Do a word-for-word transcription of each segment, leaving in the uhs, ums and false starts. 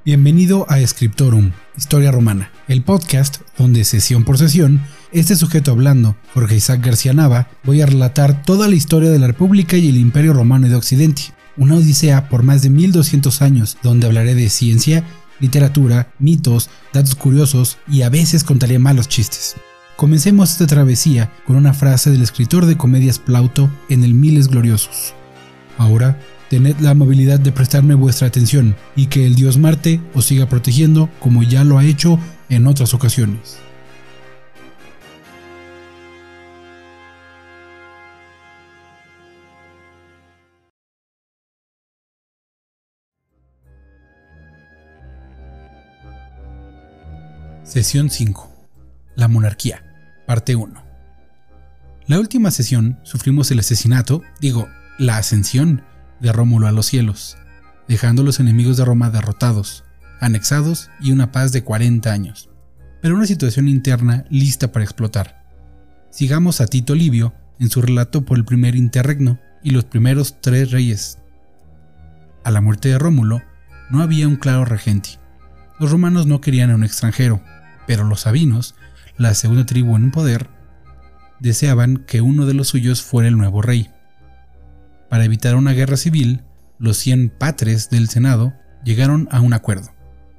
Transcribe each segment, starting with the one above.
Bienvenido a Scriptorum, Historia Romana, el podcast donde sesión por sesión, este sujeto hablando, Jorge Isaac García Nava, voy a relatar toda la historia de la República y el Imperio Romano de Occidente, una odisea por más de mil doscientos años donde hablaré de ciencia, literatura, mitos, datos curiosos y a veces contaré malos chistes. Comencemos esta travesía con una frase del escritor de comedias Plauto en el Miles Gloriosos. Ahora, tened la amabilidad de prestarme vuestra atención y que el dios Marte os siga protegiendo como ya lo ha hecho en otras ocasiones. Sesión cinco. La monarquía, parte uno. La última sesión sufrimos el asesinato, digo, la ascensión de Rómulo a los cielos, dejando a los enemigos de Roma derrotados, anexados y una paz de cuarenta años, pero una situación interna lista para explotar. Sigamos a Tito Livio en su relato por el primer interregno y los primeros tres reyes. A la muerte de Rómulo no había un claro regente. Los romanos no querían a un extranjero, pero los sabinos, la segunda tribu en poder, deseaban que uno de los suyos fuera el nuevo rey. Para evitar una guerra civil, los cien patres del Senado llegaron a un acuerdo.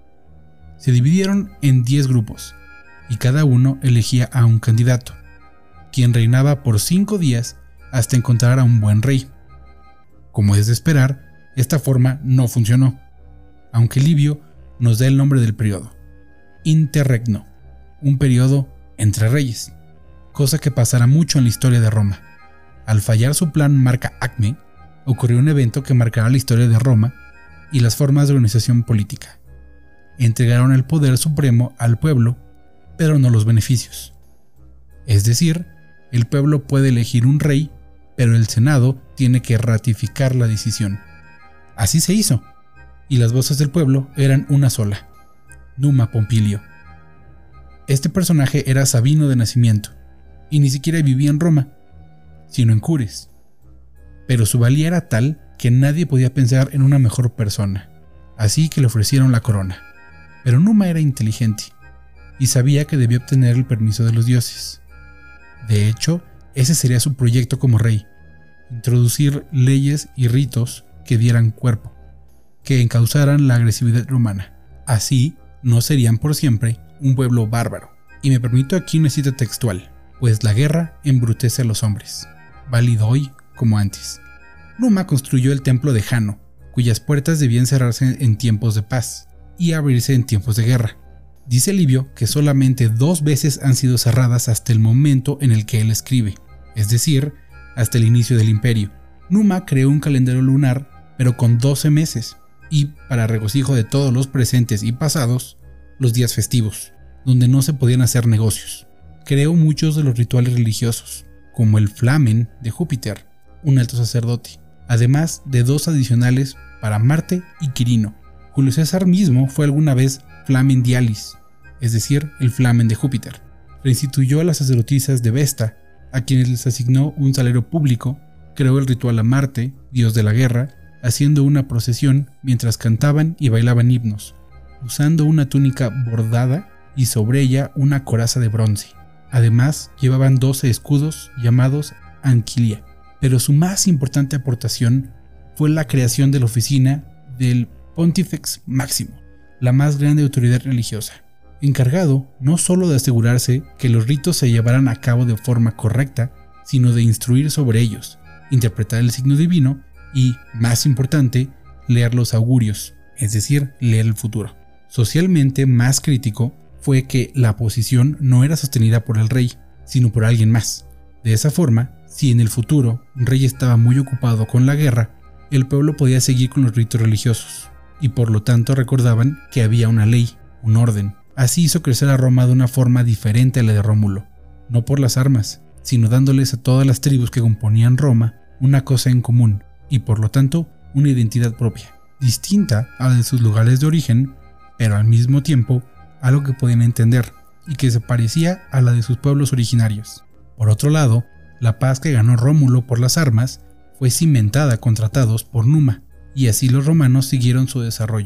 Se dividieron en diez grupos, y cada uno elegía a un candidato, quien reinaba por cinco días hasta encontrar a un buen rey. Como es de esperar, esta forma no funcionó, aunque Livio nos da el nombre del periodo, interregno, un periodo entre reyes, cosa que pasará mucho en la historia de Roma. Al fallar su plan Marca Acme, ocurrió un evento que marcará la historia de Roma y las formas de organización política. Entregaron el poder supremo al pueblo, pero no los beneficios. Es decir, el pueblo puede elegir un rey, pero el Senado tiene que ratificar la decisión. Así se hizo, y las voces del pueblo eran una sola: Numa Pompilio. Este personaje era sabino de nacimiento, y ni siquiera vivía en Roma, sino en Cures, pero su valía era tal que nadie podía pensar en una mejor persona, así que le ofrecieron la corona. Pero Numa era inteligente, y sabía que debía obtener el permiso de los dioses. De hecho, ese sería su proyecto como rey: introducir leyes y ritos que dieran cuerpo, que encauzaran la agresividad romana. Así, no serían por siempre un pueblo bárbaro. Y me permito aquí una cita textual: pues la guerra embrutece a los hombres, válido hoy como antes. Numa construyó el templo de Jano, cuyas puertas debían cerrarse en tiempos de paz y abrirse en tiempos de guerra. Dice Livio que solamente dos veces han sido cerradas hasta el momento en el que él escribe, es decir, hasta el inicio del imperio. Numa creó un calendario lunar, pero con doce meses, y, para regocijo de todos los presentes y pasados, los días festivos, donde no se podían hacer negocios. Creó muchos de los rituales religiosos, como el Flamen de Júpiter, un alto sacerdote, además de dos adicionales para Marte y Quirino. Julio César mismo fue alguna vez Flamen Dialis, es decir, el Flamen de Júpiter. Reinstituyó a las sacerdotisas de Vesta, a quienes les asignó un salario público. Creó el ritual a Marte, dios de la guerra, haciendo una procesión mientras cantaban y bailaban himnos, usando una túnica bordada y sobre ella una coraza de bronce. Además, llevaban doce escudos llamados Anquilia, pero su más importante aportación fue la creación de la oficina del Pontifex Máximo, la más grande autoridad religiosa, encargado no solo de asegurarse que los ritos se llevaran a cabo de forma correcta, sino de instruir sobre ellos, interpretar el signo divino y, más importante, leer los augurios, es decir, leer el futuro. Socialmente más crítico fue que la posición no era sostenida por el rey, sino por alguien más. De esa forma, si en el futuro un rey estaba muy ocupado con la guerra, el pueblo podía seguir con los ritos religiosos, y por lo tanto recordaban que había una ley, un orden. Así hizo crecer a Roma de una forma diferente a la de Rómulo, no por las armas, sino dándoles a todas las tribus que componían Roma una cosa en común, y por lo tanto una identidad propia, distinta a la de sus lugares de origen, pero al mismo tiempo algo que podían entender y que se parecía a la de sus pueblos originarios. Por otro lado, la paz que ganó Rómulo por las armas fue cimentada con tratados por Numa, y así los romanos siguieron su desarrollo,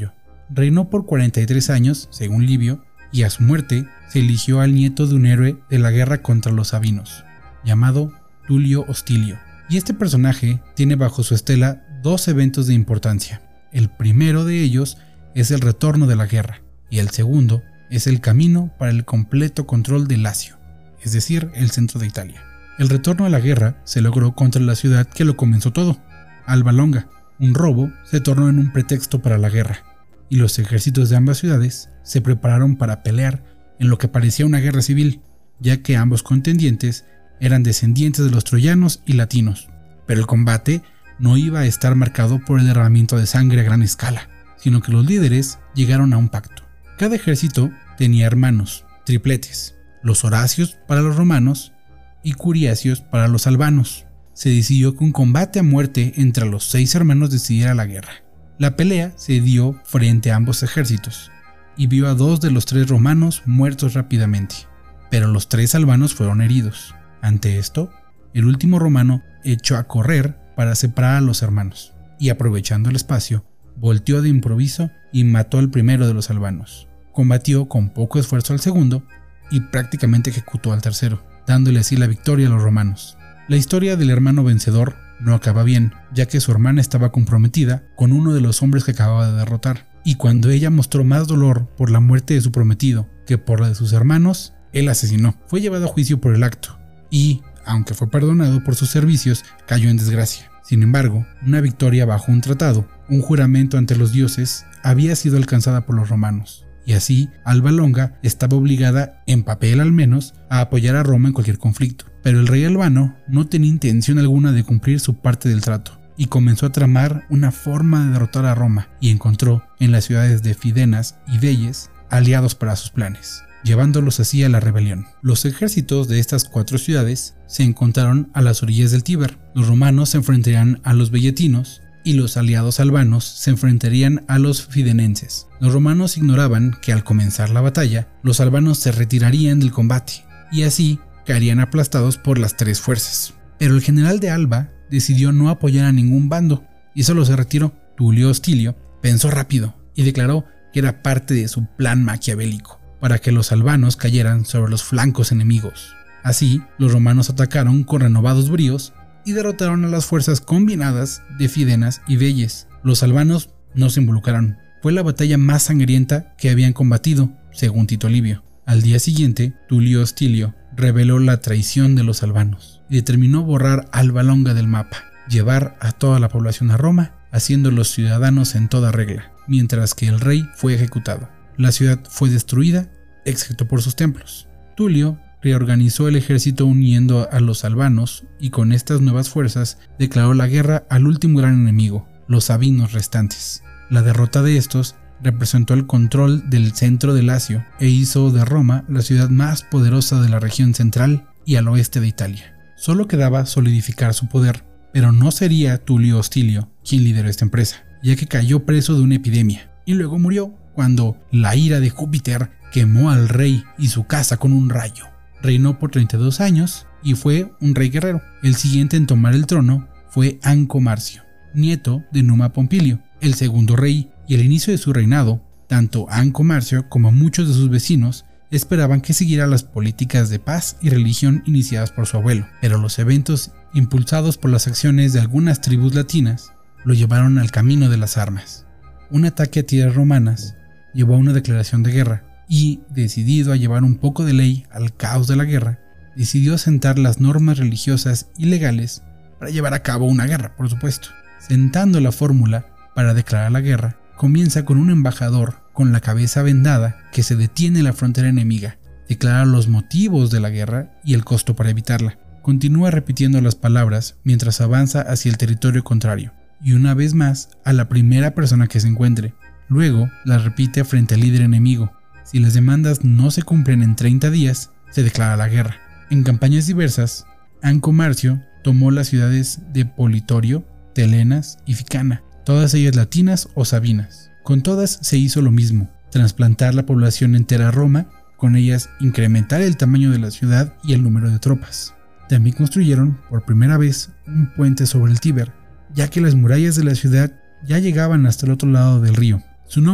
Reinó por cuarenta y tres años, según Livio, y a su muerte se eligió al nieto de un héroe de la guerra contra los sabinos, llamado Tulio Hostilio. Y este personaje tiene bajo su estela dos eventos de importancia. El primero de ellos es el retorno de la guerra, y el segundo es el camino para el completo control de Lacio, es decir, el centro de Italia. El retorno a la guerra se logró contra la ciudad que lo comenzó todo, Alba Longa. Un robo se tornó en un pretexto para la guerra, y los ejércitos de ambas ciudades se prepararon para pelear en lo que parecía una guerra civil, ya que ambos contendientes eran descendientes de los troyanos y latinos. Pero el combate no iba a estar marcado por el derramamiento de sangre a gran escala, sino que los líderes llegaron a un pacto. Cada ejército tenía hermanos, tripletes, los Horacios para los romanos y Curiacios para los albanos. Se decidió que un combate a muerte entre los seis hermanos decidiera la guerra. La pelea se dio frente a ambos ejércitos y vio a dos de los tres romanos muertos rápidamente, pero los tres albanos fueron heridos. Ante esto, el último romano echó a correr para separar a los hermanos y, aprovechando el espacio, volteó de improviso y mató al primero de los albanos. Combatió con poco esfuerzo al segundo y prácticamente ejecutó al tercero, dándole así la victoria a los romanos. La historia del hermano vencedor no acaba bien, ya que su hermana estaba comprometida con uno de los hombres que acababa de derrotar, y cuando ella mostró más dolor por la muerte de su prometido que por la de sus hermanos, él asesinó. Fue llevado a juicio por el acto, y, aunque fue perdonado por sus servicios, cayó en desgracia. Sin embargo, una victoria bajo un tratado, un juramento ante los dioses, había sido alcanzada por los romanos, y así Alba Longa estaba obligada, en papel al menos, a apoyar a Roma en cualquier conflicto. Pero el rey albano no tenía intención alguna de cumplir su parte del trato, y comenzó a tramar una forma de derrotar a Roma, y encontró en las ciudades de Fidenas y Veyes aliados para sus planes, llevándolos así a la rebelión. Los ejércitos de estas cuatro ciudades se encontraron a las orillas del Tíber. Los romanos se enfrentarían a los velletinos y los aliados albanos se enfrentarían a los fidenenses. Los romanos ignoraban que al comenzar la batalla, los albanos se retirarían del combate y así caerían aplastados por las tres fuerzas. Pero el general de Alba decidió no apoyar a ningún bando y solo se retiró. Tulio Hostilio pensó rápido y declaró que era parte de su plan maquiavélico para que los albanos cayeran sobre los flancos enemigos. Así, los romanos atacaron con renovados bríos y derrotaron a las fuerzas combinadas de Fidenas y Veyes. Los albanos no se involucraron. Fue la batalla más sangrienta que habían combatido, según Tito Livio. Al día siguiente, Tulio Hostilio reveló la traición de los albanos y determinó borrar Alba Longa del mapa, llevar a toda la población a Roma, haciéndolos ciudadanos en toda regla, mientras que el rey fue ejecutado. La ciudad fue destruida, excepto por sus templos. Tulio reorganizó el ejército uniendo a los albanos y con estas nuevas fuerzas declaró la guerra al último gran enemigo, los sabinos restantes. La derrota de estos representó el control del centro de Lacio e hizo de Roma la ciudad más poderosa de la región central y al oeste de Italia. Solo quedaba solidificar su poder, pero no sería Tulio Hostilio quien lideró esta empresa, ya que cayó preso de una epidemia y luego murió cuando la ira de Júpiter quemó al rey y su casa con un rayo. Reinó por treinta y dos años y fue un rey guerrero. El siguiente en tomar el trono fue Anco Marcio, nieto de Numa Pompilio, el segundo rey, y al inicio de su reinado, tanto Anco Marcio como muchos de sus vecinos esperaban que siguiera las políticas de paz y religión iniciadas por su abuelo, pero los eventos impulsados por las acciones de algunas tribus latinas lo llevaron al camino de las armas. Un ataque a tierras romanas llevó a una declaración de guerra y, decidido a llevar un poco de ley al caos de la guerra, decidió sentar las normas religiosas y legales para llevar a cabo una guerra, por supuesto. Sentando la fórmula para declarar la guerra, comienza con un embajador con la cabeza vendada que se detiene en la frontera enemiga, declara los motivos de la guerra y el costo para evitarla. Continúa repitiendo las palabras mientras avanza hacia el territorio contrario, y una vez más a la primera persona que se encuentre. Luego las repite frente al líder enemigo. Si las demandas no se cumplen en treinta días, se declara la guerra. En campañas diversas, Anco Marcio tomó las ciudades de Politorio, Telenas y Ficana, todas ellas latinas o sabinas. Con todas se hizo lo mismo, trasplantar la población entera a Roma, con ellas incrementar el tamaño de la ciudad y el número de tropas. También construyeron por primera vez un puente sobre el Tíber, ya que las murallas de la ciudad ya llegaban hasta el otro lado del río. Su nombre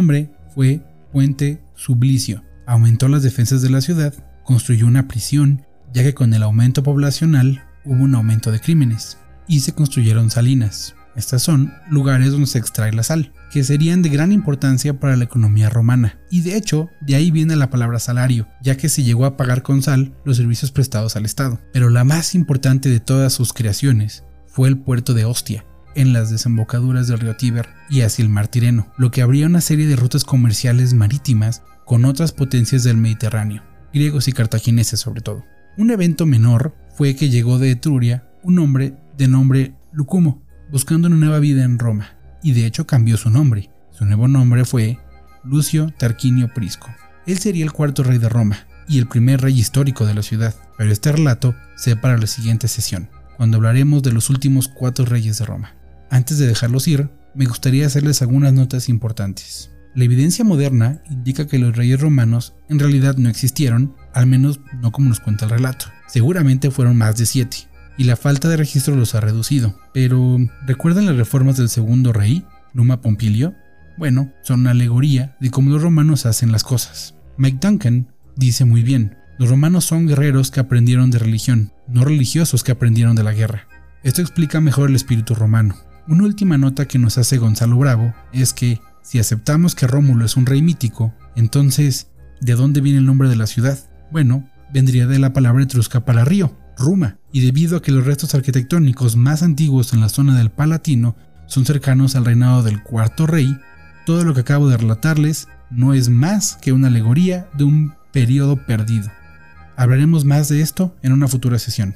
fue Puente Sublicio. Aumentó las defensas de la ciudad, construyó una prisión, ya que con el aumento poblacional hubo un aumento de crímenes, y se construyeron salinas. Estas son lugares donde se extrae la sal, que serían de gran importancia para la economía romana, y de hecho de ahí viene la palabra salario, ya que se llegó a pagar con sal los servicios prestados al Estado. Pero la más importante de todas sus creaciones fue el puerto de Ostia, en las desembocaduras del río Tíber y hacia el mar Tireno, lo que abría una serie de rutas comerciales marítimas con otras potencias del Mediterráneo, griegos y cartagineses sobre todo. Un evento menor fue que llegó de Etruria un hombre de nombre Lucumo, buscando una nueva vida en Roma, y de hecho cambió su nombre. Su nuevo nombre fue Lucio Tarquinio Prisco. Él sería el cuarto rey de Roma y el primer rey histórico de la ciudad, pero este relato será para la siguiente sesión, cuando hablaremos de los últimos cuatro reyes de Roma. Antes de dejarlos ir, me gustaría hacerles algunas notas importantes. La evidencia moderna indica que los reyes romanos en realidad no existieron, al menos no como nos cuenta el relato. Seguramente fueron más de siete, y la falta de registro los ha reducido. Pero, ¿recuerdan las reformas del segundo rey, Numa Pompilio? Bueno, son una alegoría de cómo los romanos hacen las cosas. Mike Duncan dice muy bien: los romanos son guerreros que aprendieron de religión, no religiosos que aprendieron de la guerra. Esto explica mejor el espíritu romano. Una última nota que nos hace Gonzalo Bravo es que, si aceptamos que Rómulo es un rey mítico, entonces, ¿de dónde viene el nombre de la ciudad? Bueno, vendría de la palabra etrusca para río, Ruma, y debido a que los restos arquitectónicos más antiguos en la zona del Palatino son cercanos al reinado del cuarto rey, todo lo que acabo de relatarles no es más que una alegoría de un periodo perdido. Hablaremos más de esto en una futura sesión.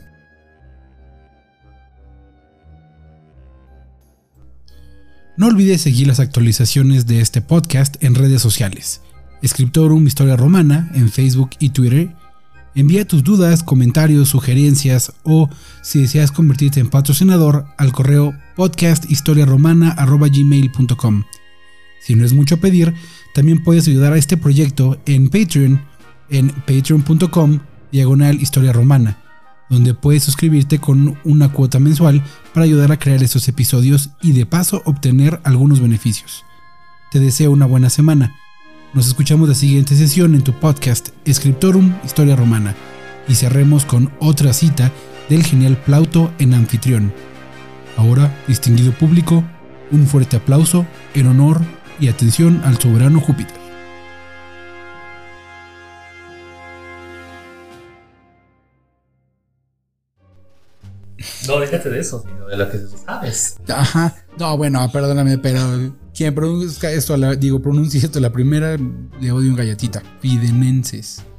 No olvides seguir las actualizaciones de este podcast en redes sociales. Scriptorum Historia Romana en Facebook y Twitter. Envía tus dudas, comentarios, sugerencias o, si deseas convertirte en patrocinador, al correo podcast historia romana arroba gmail punto com. Si no es mucho pedir, también puedes ayudar a este proyecto en Patreon, en patreon punto com diagonal historia romana, donde puedes suscribirte con una cuota mensual para ayudar a crear estos episodios y de paso obtener algunos beneficios. Te deseo una buena semana. Nos escuchamos la siguiente sesión en tu podcast Scriptorum Historia Romana y cerremos con otra cita del genial Plauto en Anfitrión. Ahora, distinguido público, un fuerte aplauso en honor y atención al soberano Júpiter. No, déjate de eso, sino de lo que se sabes. Ajá, no, bueno, perdóname, pero quien pronuncia esto, la, digo, pronuncia esto, la primera le odio un galletita. Fidenenses.